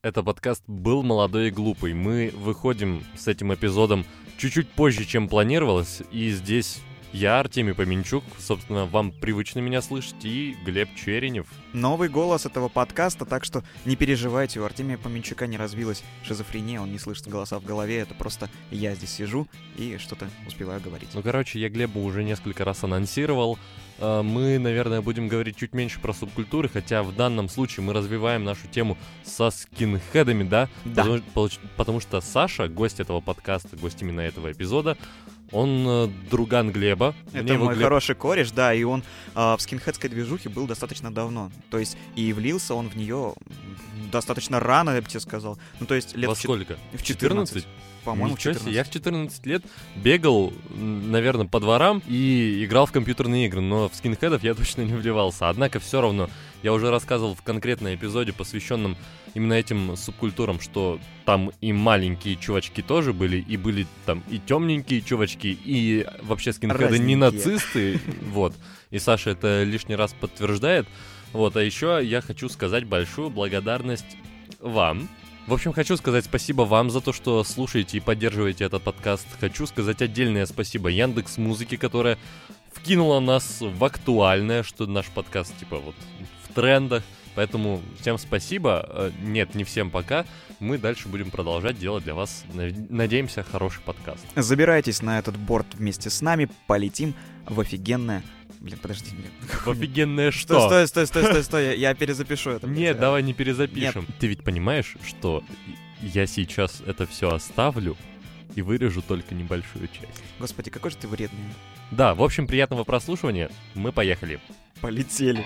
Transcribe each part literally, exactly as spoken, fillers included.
Это подкаст «Был молодой и глупый». Мы выходим с этим эпизодом чуть-чуть позже, чем планировалось. И здесь я, Артемий Поменчук, собственно, вам привычно меня слышать, и Глеб Черенев. Новый голос этого подкаста, так что не переживайте, у Артемия Поменчука не развилась шизофрения, он не слышит голоса в голове, это просто я здесь сижу и что-то успеваю говорить. Ну, короче, я Глебу уже несколько раз анонсировал. Мы, наверное, будем говорить чуть меньше про субкультуры, хотя в данном случае мы развиваем нашу тему со скинхедами, да? Да. Потому, потому что Саша, гость этого подкаста, гость именно этого эпизода, он э, друган Глеба. Это мой Глеб... хороший кореш, да, и он э, в скинхедской движухе был достаточно давно. То есть и влился он в нее достаточно рано, я бы тебе сказал. Ну, то есть лет Во в сколько? В четырнадцать. По-моему, Ничего в четырнадцать. себе, я в четырнадцать лет бегал, наверное, по дворам и играл в компьютерные игры, но в скинхедов я точно не вливался. Однако все равно, я уже рассказывал в конкретном эпизоде, посвященном именно этим субкультурам, что там и маленькие чувачки тоже были, и были там и темненькие чувачки, и вообще скинхеды не нацисты, вот. И Саша это лишний раз подтверждает. Вот, а еще я хочу сказать большую благодарность вам. В общем, хочу сказать спасибо вам за то, что слушаете и поддерживаете этот подкаст. Хочу сказать отдельное спасибо Яндекс.Музыке, которая вкинула нас в актуальное, что наш подкаст типа вот в трендах. Поэтому всем спасибо. Нет, не всем пока. Мы дальше будем продолжать делать для вас, надеемся, хороший подкаст. Забирайтесь на этот борт вместе с нами, полетим в офигенное... Блин, подожди. Блин. В офигенное что? Стой, стой, стой, стой, стой, я, я перезапишу это. Нет, блядь. давай не перезапишем. Нет. Ты ведь понимаешь, что я сейчас это все оставлю и вырежу только небольшую часть. Господи, какой же ты вредный. Да, в общем, приятного прослушивания. Мы поехали. Полетели.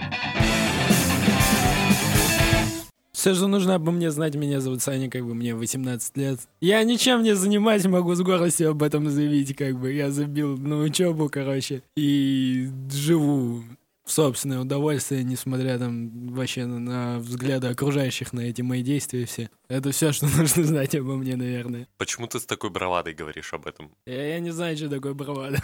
Все, что нужно обо мне знать, меня зовут Саня, как бы мне восемнадцать лет. Я ничем не занимаюсь, могу с гордостью об этом заявить, как бы. Я забил на учебу, короче, и живу в собственное удовольствие, несмотря там вообще на, на взгляды окружающих на эти мои действия все. Это все, что нужно знать обо мне, наверное. Почему ты с такой бравадой говоришь об этом? Я, я не знаю, что такое бравада.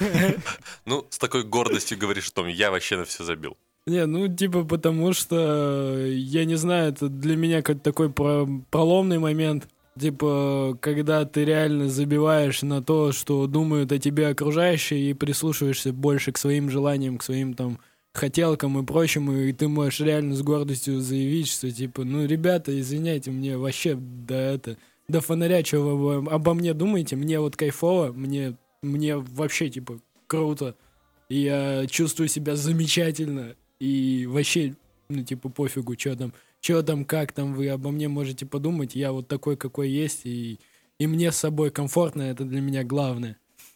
Ну, с такой гордостью говоришь о том, я вообще на все забил. Не, ну, типа, потому что, я не знаю, это для меня как такой про- проломный момент. Типа, когда ты реально забиваешь на то, что думают о тебе окружающие, и прислушиваешься больше к своим желаниям, к своим там хотелкам и прочему, и ты можешь реально с гордостью заявить, что, типа, ну, ребята, извиняйте, мне вообще до это, до фонаря, что вы обо мне думаете, мне вот кайфово, мне, мне вообще, типа, круто, и я чувствую себя замечательно. И вообще, ну, типа, пофигу, что там, что там, как там вы обо мне можете подумать. Я вот такой, какой есть, и, и мне с собой комфортно, это для меня главное.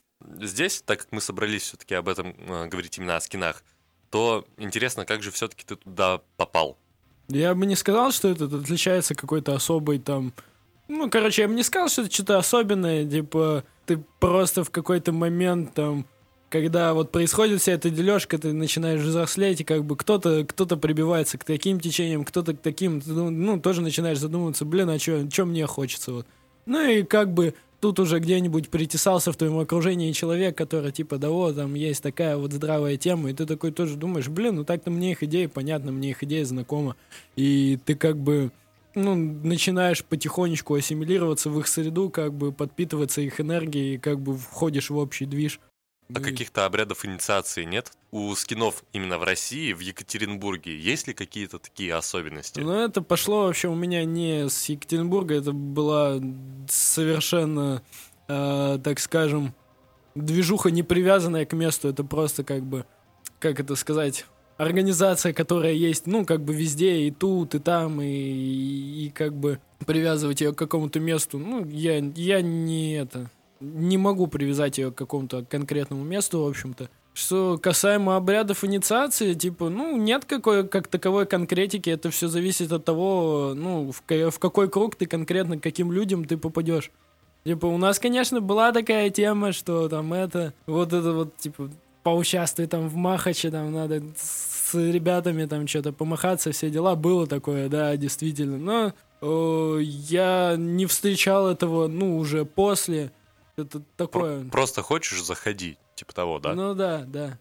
Здесь, так как мы собрались все-таки об этом э, говорить именно о скинах, то интересно, как же все-таки ты туда попал? Я бы не сказал, что это отличается какой-то особой там... Ну, короче, я бы не сказал, что это что-то особенное, типа, ты просто в какой-то момент там... Когда вот происходит вся эта дележка, ты начинаешь взрослеть, и как бы кто-то, кто-то прибивается к таким течениям, кто-то к таким, ты, ну, тоже начинаешь задумываться, блин, а что мне хочется вот. Ну и как бы тут уже где-нибудь притесался в твоем окружении человек, который типа, да вот, там есть такая вот здравая тема, и ты такой тоже думаешь, блин, ну так-то мне их идея понятна, мне их идея знакома, и ты как бы, ну, начинаешь потихонечку ассимилироваться в их среду, как бы подпитываться их энергией, и как бы входишь в общий движ. А каких-то обрядов инициации нет? У скинов именно в России, в Екатеринбурге, есть ли какие-то такие особенности? Ну, это пошло вообще у меня не с Екатеринбурга, это была совершенно, э, так скажем, движуха не привязанная к месту, это просто как бы, как это сказать, организация, которая есть, ну, как бы везде, и тут, и там, и, и, и как бы привязывать ее к какому-то месту, ну, я, я не это... Не могу привязать ее к какому-то конкретному месту, в общем-то. Что касаемо обрядов инициации, типа, ну, нет какой, как таковой конкретики, это все зависит от того, ну, в, в какой круг ты конкретно, к каким людям ты попадешь. Типа, у нас, конечно, была такая тема, что там это, вот это вот, типа, поучаствуй там в Махаче, там надо с ребятами там что-то помахаться, все дела, было такое, да, действительно. Но о, я не встречал этого, ну, уже после. Это такое... Просто хочешь, заходи, типа того, да? Ну да, да.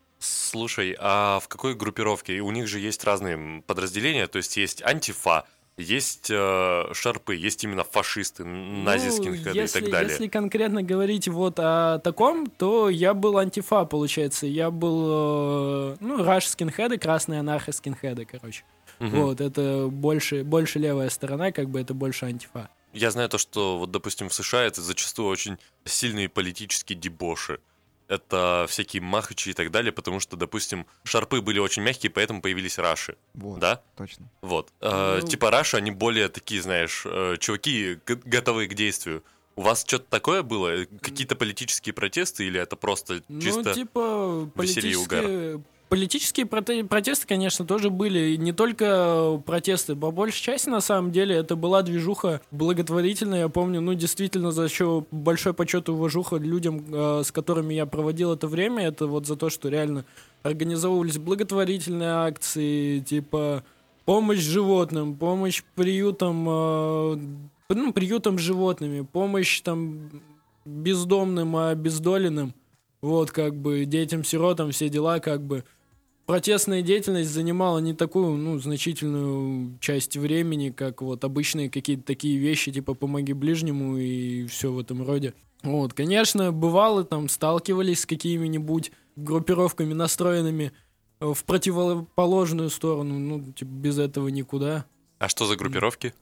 Слушай, а в какой группировке? У них же есть разные подразделения, то есть есть антифа, есть э, шарпы, есть именно фашисты, нази-скинхеды если, и так далее. Если конкретно говорить вот о таком, то я был антифа, получается. Я был, э, ну, раш-скинхеды, красные анархо-скинхеды, короче. Угу. Вот, это больше, больше левая сторона, как бы это больше антифа. Я знаю то, что, вот, допустим, в США это зачастую очень сильные политические дебоши. Это всякие махачи и так далее, потому что, допустим, шарпы были очень мягкие, поэтому появились раши. Вот, да? точно. Вот. Э, Ну- Типа раши, они более такие, знаешь, э, чуваки, г- готовые к действию. У вас что-то такое было? Какие-то политические протесты или это просто чисто... Ну, типа, веселье и угар? политические, политические проте- протесты, конечно, тоже были. И не только протесты, по большей части, на самом деле, это была движуха благотворительная. Я помню, ну, действительно, за счет большой почет и уважуха людям, э, с которыми я проводил это время. Это вот за то, что реально организовывались благотворительные акции, типа помощь животным, помощь приютам, э, ну, приютам с животными, помощь там бездомным, обездоленным. Вот, как бы, детям-сиротам, все дела, как бы. Протестная деятельность занимала не такую, ну, значительную часть времени, как вот обычные какие-то такие вещи, типа «помоги ближнему» и все в этом роде. Вот, конечно, бывало, там, сталкивались с какими-нибудь группировками, настроенными э, в противоположную сторону, ну, типа, без этого никуда. А что за группировки?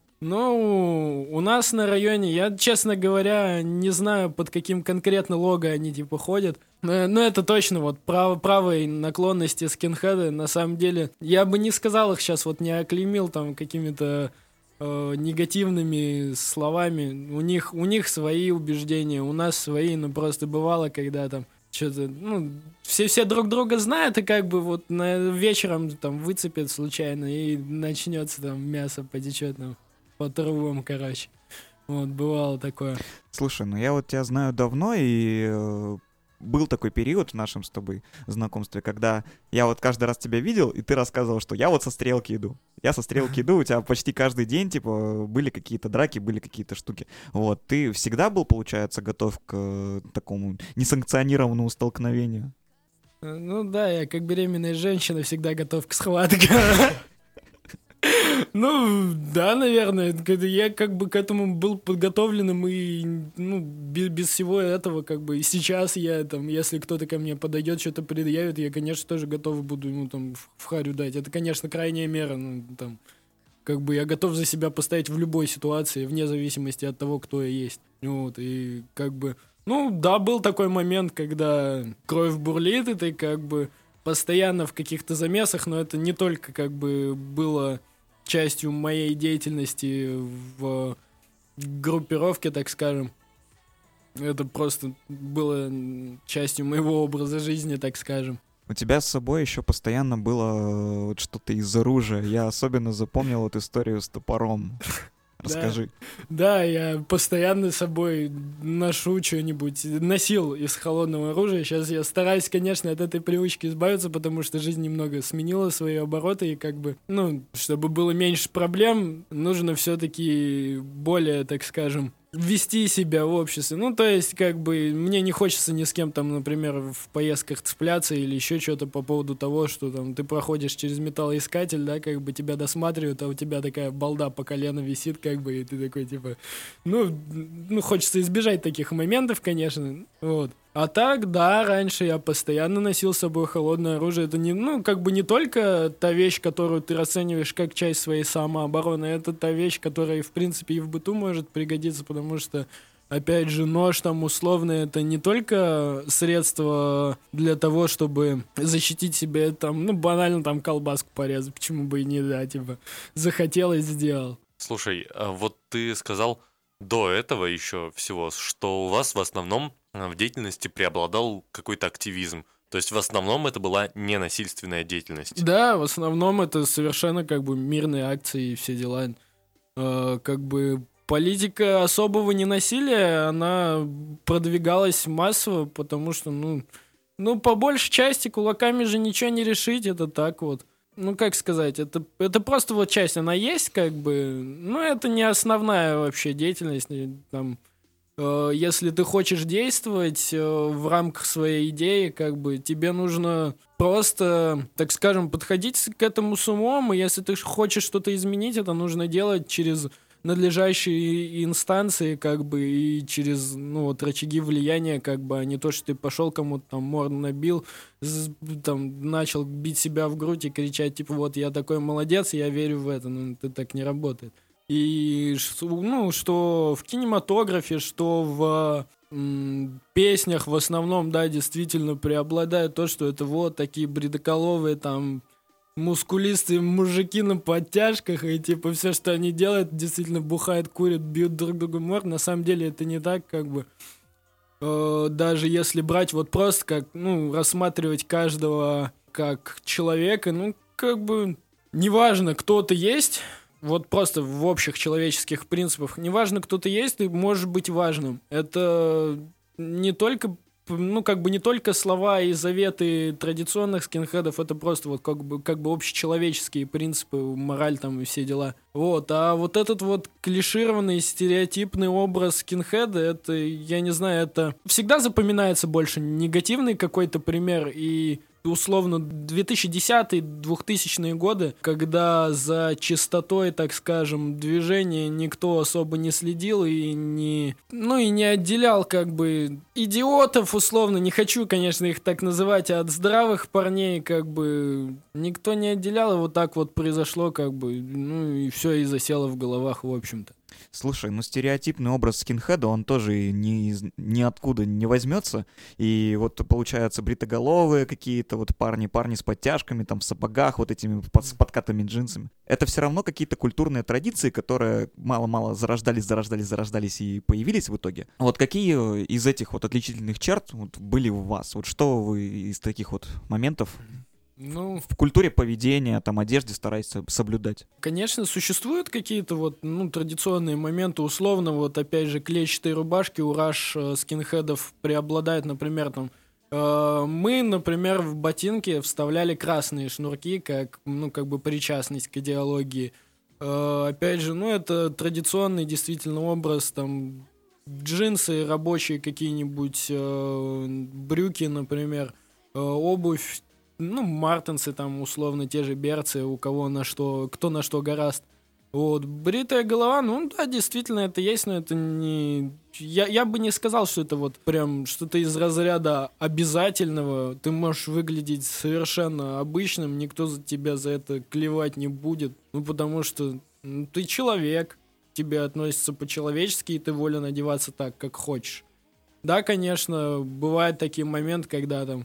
Ну, у нас на районе, я, честно говоря, не знаю, под каким конкретно лого они, типа, ходят. Но, но это точно вот право, правой наклонности скинхеды. На самом деле, я бы не сказал их сейчас, вот не оклеймил там какими-то э, негативными словами. У них, у них свои убеждения, у нас свои, но просто бывало, когда там что-то, ну, все, все друг друга знают, и как бы вот на, вечером там выцепят случайно, и начнется там мясо потечет там по трубам, короче. Вот, бывало такое. Слушай, ну я вот тебя знаю давно, и э, был такой период в нашем с тобой знакомстве, когда я вот каждый раз тебя видел, и ты рассказывал, что я вот со стрелки иду. Я со стрелки иду, у тебя почти каждый день, типа, были какие-то драки, были какие-то штуки. Вот, ты всегда был, получается, готов к э, такому несанкционированному столкновению? Ну да, я как беременная женщина всегда готов к схватке. Ну, да, наверное. Я как бы к этому был подготовленным, и ну, без, без всего этого, как бы, и сейчас я там, если кто-то ко мне подойдет, что-то предъявит, я, конечно, тоже готов буду ему там в, в харю дать. Это, конечно, крайняя мера, ну, там, как бы я готов за себя постоять в любой ситуации, вне зависимости от того, кто я есть. Вот, и как бы, ну, да, был такой момент, когда кровь бурлит, и ты как бы постоянно в каких-то замесах, но это не только как бы было частью моей деятельности в группировке, так скажем. Это просто было частью моего образа жизни, так скажем. У тебя с собой еще постоянно было вот что-то из оружия. Я особенно запомнил вот историю с топором. Расскажи. Да, я постоянно с собой ношу что-нибудь, носил из холодного оружия. Сейчас я стараюсь, конечно, от этой привычки избавиться, потому что жизнь немного сменила свои обороты, и как бы, ну, чтобы было меньше проблем, нужно все-таки более, так скажем, вести себя в обществе. Ну, то есть, как бы, мне не хочется ни с кем там, например, в поездках цепляться или еще что-то по поводу того, что там ты проходишь через металлоискатель, да, как бы тебя досматривают, а у тебя такая балда по колено висит, как бы, и ты такой, типа, ну, ну, хочется избежать таких моментов, конечно, вот. А так, да, раньше я постоянно носил с собой холодное оружие. Это не, ну, как бы не только та вещь, которую ты расцениваешь как часть своей самообороны, это та вещь, которая, в принципе, и в быту может пригодиться, потому что, опять же, нож там условно, это не только средство для того, чтобы защитить себя, там, ну, банально там колбаску порезать, почему бы и не, да, типа, захотелось, сделал. Слушай, а вот ты сказал до этого еще всего, что у вас в основном в деятельности преобладал какой-то активизм. То есть в основном это была ненасильственная деятельность. Да, в основном это совершенно как бы мирные акции и все дела. Э, как бы политика особого ненасилия, она продвигалась массово, потому что, ну, ну, по большей части кулаками же ничего не решить, это так вот. Ну, как сказать, это, это просто вот часть, она есть, как бы, но это не основная вообще деятельность, там, э, если ты хочешь действовать э, в рамках своей идеи, как бы тебе нужно просто, так скажем, подходить к этому с умом, и если ты хочешь что-то изменить, это нужно делать через надлежащие инстанции, как бы, и через, ну, вот, рычаги влияния, как бы, а не то, что ты пошел кому-то там морду набил, з- там, начал бить себя в грудь и кричать, типа, вот, я такой молодец, я верю в это, ну, это так не работает. И, ш- ну, что в кинематографе, что в м, песнях в основном, да, действительно преобладает то, что это вот такие бредоколовые, там, мускулистые мужики на подтяжках, и типа все, что они делают, действительно бухают, курят, бьют друг друга морд. На самом деле это не так, как бы. Э, даже если брать вот просто как, ну, рассматривать каждого как человека, ну, как бы, неважно, кто ты есть, вот просто в общих человеческих принципах, неважно, кто ты есть, ты можешь быть важным. Это не только ну, как бы не только слова и заветы традиционных скинхедов, это просто вот как бы, как бы общечеловеческие принципы, мораль там и все дела. Вот, а вот этот вот клишированный, стереотипный образ скинхеда, это, я не знаю, это всегда запоминается больше негативный какой-то пример, и условно две тысячи десятые - двухтысячные годы, когда за чистотой, так скажем, движения никто особо не следил и не, ну и не отделял как бы идиотов, условно, не хочу, конечно, их так называть, от здравых парней, как бы никто не отделял, и вот так вот произошло, как бы, ну и все, и засело в головах, в общем-то. Слушай, ну стереотипный образ скинхеда, он тоже ни, из- ниоткуда не возьмется. И вот получаются бритоголовые какие-то вот парни, парни с подтяжками, там в сапогах, вот этими под, с подкатыми джинсами. Это все равно какие-то культурные традиции, которые мало-мало зарождались, зарождались, зарождались и появились в итоге. Вот какие из этих вот отличительных черт вот были у вас? Вот что вы из таких вот моментов Ну, в культуре поведения, там, одежде стараетесь соб- соблюдать? конечно, существуют какие-то вот, ну, традиционные моменты, условно, вот, опять же, клетчатые рубашки у раш э, скинхедов преобладают, например, там, э, мы, например, в ботинки вставляли красные шнурки, как, ну, как бы причастность к идеологии. Э, опять же, ну, это традиционный действительно образ, там, джинсы рабочие какие-нибудь, э, брюки, например, э, обувь, ну, мартенсы там, условно, те же берцы, у кого на что, кто на что гораст. Вот, бритая голова, ну, да, действительно, это есть, но это не... Я, я бы не сказал, что это вот прям что-то из разряда обязательного. Ты можешь выглядеть совершенно обычным, никто за тебя за это клевать не будет. Ну, потому что ну, ты человек, к тебе относятся по-человечески, и ты волен одеваться так, как хочешь. Да, конечно, бывают такие моменты, когда там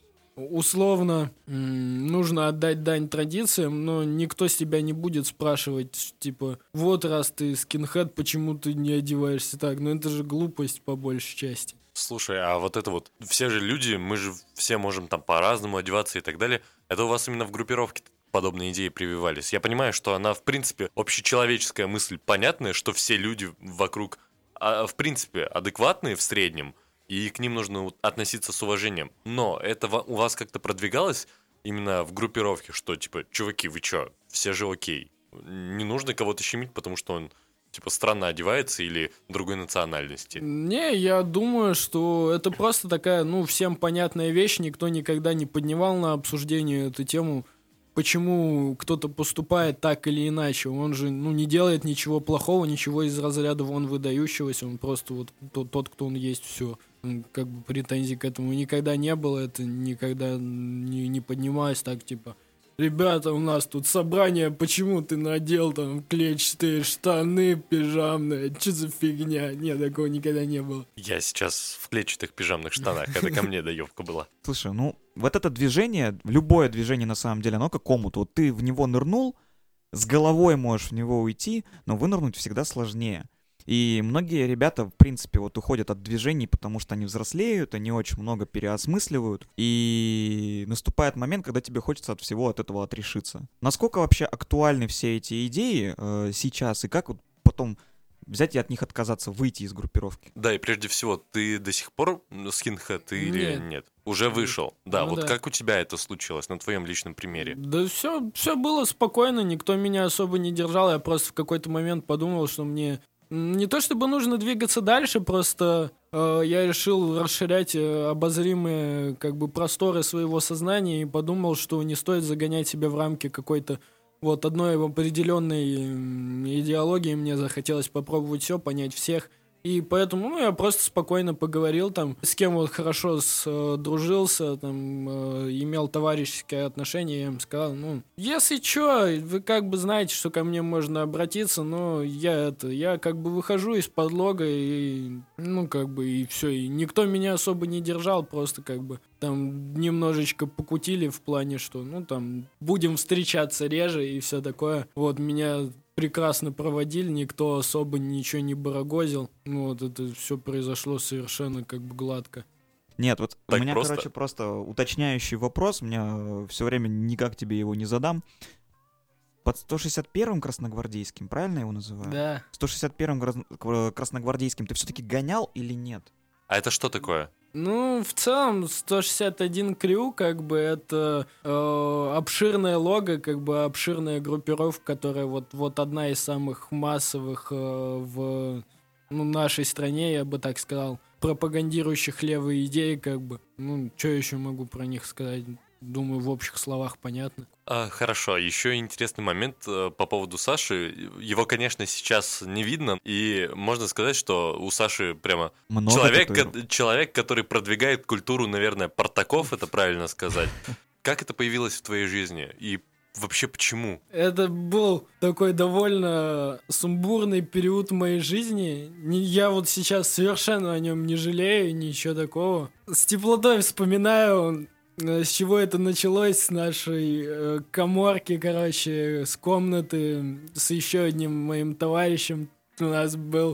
условно м, нужно отдать дань традициям, но никто с тебя не будет спрашивать, типа, вот раз ты скинхед, почему ты не одеваешься так? Ну это же глупость по большей части. Слушай, а вот это вот, все же люди, мы же все можем там по-разному одеваться и так далее. Это у вас именно в группировке подобные идеи прививались? Я понимаю, что она, в принципе, общечеловеческая мысль понятная, что все люди вокруг, а, в принципе, адекватные в среднем, и к ним нужно вот относиться с уважением. Но это ва- у вас как-то продвигалось именно в группировке, что типа, чуваки, вы чё, все же окей. Не нужно кого-то щемить, потому что он типа странно одевается или другой национальности. Не, я думаю, что это просто такая, ну, всем понятная вещь, никто никогда не поднимал на обсуждение эту тему, почему кто-то поступает так или иначе. Он же, ну, не делает ничего плохого, ничего из разряда вон выдающегося, он просто вот тот, тот кто он есть, все. Как бы претензий к этому никогда не было, это никогда не, не поднималось так, типа, ребята, у нас тут собрание, почему ты надел там клетчатые штаны пижамные, что за фигня? Нет, такого никогда не было. Я сейчас в клетчатых пижамных штанах, это ко мне доебка была. Слушай, ну вот это движение, любое движение на самом деле, оно как омут. Вот ты в него нырнул, с головой можешь в него уйти, но вынырнуть всегда сложнее. И многие ребята, в принципе, вот уходят от движений, потому что они взрослеют, они очень много переосмысливают, и наступает момент, когда тебе хочется от всего от этого отрешиться. Насколько вообще актуальны все эти идеи э, сейчас, и как вот потом взять и от них отказаться, выйти из группировки? Да, и прежде всего, ты до сих пор скинхед или Нет. нет? Уже вышел. Да, Ну вот да. как у тебя это случилось на твоем личном примере? Да все, все было спокойно, никто меня особо не держал, я просто в какой-то момент подумал, что мне Не то чтобы нужно двигаться дальше, просто э, я решил расширять э, обозримые как бы просторы своего сознания и подумал, что не стоит загонять себя в рамки какой-то вот одной определенной э, идеологии. Мне захотелось попробовать все, понять всех. И поэтому, ну, я просто спокойно поговорил там, с кем вот хорошо с, э, дружился, там, э, имел товарищеские отношения, я им сказал, ну, если чё, вы как бы знаете, что ко мне можно обратиться, но я это, я как бы выхожу из подлога и, ну, как бы, и все, и никто меня особо не держал, просто как бы там немножечко покутили в плане, что, ну, там, будем встречаться реже и все такое. Вот, меня прекрасно проводили, никто особо ничего не барагозил. Ну, вот это все произошло совершенно как бы гладко. Нет, вот Так у меня, просто? короче, просто уточняющий вопрос, мне все время никак тебе его не задам. Под сто шестьдесят первым красногвардейским, правильно я его называю? Да. сто шестьдесят первым гра- красногвардейским ты все-таки гонял или нет? А это что такое? Ну, в целом, сто шестьдесят один Крю, как бы, это э, обширное лого, как бы, обширная группировка, которая вот, вот одна из самых массовых э, в ну, нашей стране, я бы так сказал, пропагандирующих левые идеи, как бы. Ну, что еще могу про них сказать? Думаю, в общих словах понятно. А, хорошо, еще интересный момент э, по поводу Саши. Его, конечно, сейчас не видно, и можно сказать, что у Саши прямо Много человек, татуировок. ко- человек, который продвигает культуру, наверное, портаков, это правильно сказать. Как это появилось в твоей жизни? И вообще почему? Это был такой довольно сумбурный период в моей жизни. Не- Я вот сейчас совершенно о нем не жалею, ничего такого. С теплотой вспоминаю, э, с чего это началось, с нашей э, каморки, короче, с комнаты, с еще одним моим товарищем. У нас был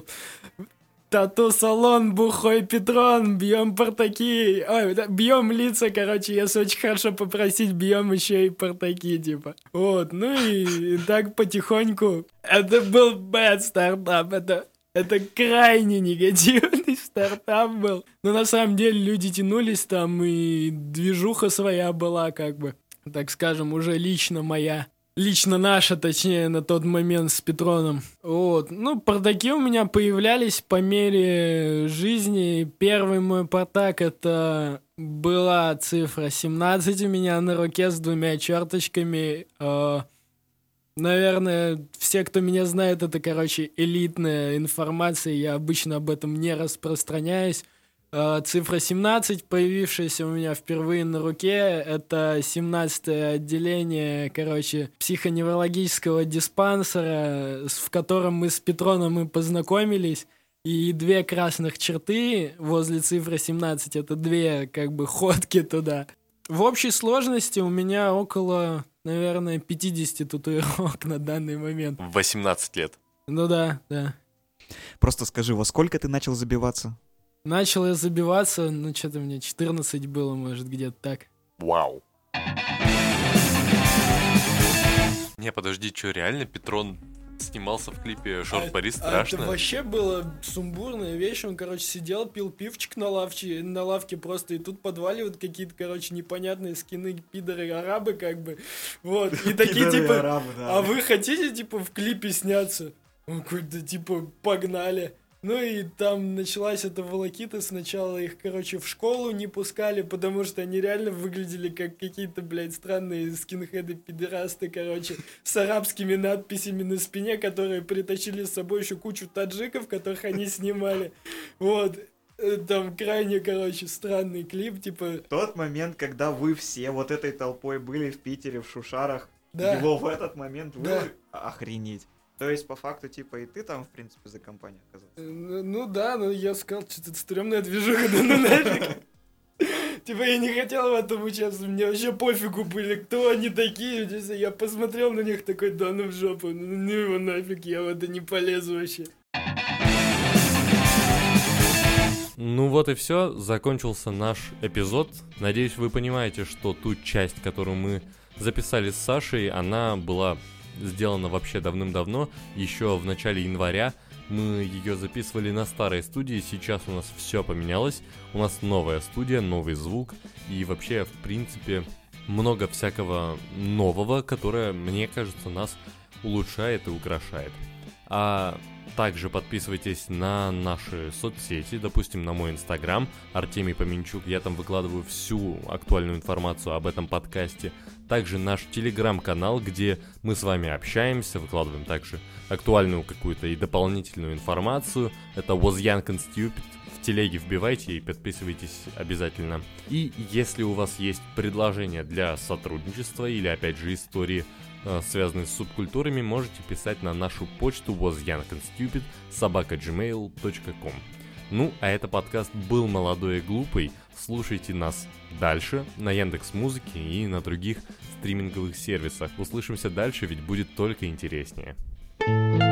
тату-салон Бухой Петрон, бьем портаки, ой, да, бьем лица, короче, если очень хорошо попросить, бьем еще и портаки, типа. Вот, ну и, и так потихоньку. Это был bad стартап, это, это крайне негативный стартап был. Но на самом деле люди тянулись там, и движуха своя была, как бы, так скажем, уже лично моя. Лично наша, точнее, на тот момент с Петроном. Вот. Ну, пордаки у меня появлялись по мере жизни. Первый мой портак — это была цифра семнадцать у меня на руке с двумя черточками. Э, наверное, все, кто меня знает, это, короче, элитная информация. Я обычно об этом не распространяюсь. Э, цифра семнадцать, появившаяся у меня впервые на руке, это семнадцатое отделение, короче, психоневрологического диспансера, с- в котором мы с Петроном и познакомились. И две красных черты возле цифры семнадцать, это две, как бы, ходки туда. В общей сложности у меня около, наверное, пятьдесят татуировок на данный момент. В восемнадцать лет. Ну да, да. Просто скажи, во сколько ты начал забиваться? Начал я забиваться, ну что-то мне четырнадцать было, может, где-то так. Вау. Не, подожди, что, реально Петрон снимался в клипе «Шорт Борис» А страшно? это вообще была сумбурная вещь. Он, короче, сидел, пил пивчик на лавке, на лавке просто, и тут подваливают какие-то, короче, непонятные скины, пидоры, арабы, как бы. Вот. И такие, типа, а вы хотите, типа, в клипе сняться? Он какой-то, типа, погнали. Ну и там началась эта волокита. Сначала их, короче, в школу не пускали, потому что они реально выглядели как какие-то, блядь, странные скинхеды-пидерасты, короче, с арабскими надписями на спине, которые притащили с собой еще кучу таджиков, которых они снимали. Вот. Э, Там крайне, короче, странный клип, типа... Тот момент, когда вы все вот этой толпой были в Питере, в Шушарах, Да. его в этот момент Да. вы... Охренеть. То есть, по факту, типа, и ты там, в принципе, за компанию оказался. Э, Ну ну да, но я сказал, что это стрёмная движуха, да ну нафиг. Типа я не хотел в этом участвовать, мне вообще пофигу были, кто они такие. Если я посмотрел на них такой, да ну в жопу, ну, ну его нафиг, я в это не полезу вообще. Ну вот и все, закончился наш эпизод. Надеюсь, вы понимаете, что ту часть, которую мы записали с Сашей, она была сделана вообще давным-давно, еще в начале января. Мы ее записывали на старой студии, сейчас у нас все поменялось. У нас новая студия, новый звук и вообще, в принципе, много всякого нового, которое, мне кажется, нас улучшает и украшает. А Также подписывайтесь на наши соцсети, допустим, на мой инстаграм, Артемий Поменчук, я там выкладываю всю актуальную информацию об этом подкасте. Также наш телеграм-канал, где мы с вами общаемся, выкладываем также актуальную какую-то и дополнительную информацию. Это Was Young and Stupid. В телеге вбивайте и подписывайтесь обязательно. И если у вас есть предложения для сотрудничества или опять же истории, связанные с субкультурами, можете писать на нашу почту wasyoungandstupid собака gmail точка com. Ну, а это подкаст «Был молодой и глупый». Слушайте нас дальше на Яндекс.Музыке и на других стриминговых сервисах. Услышимся дальше, ведь будет только интереснее.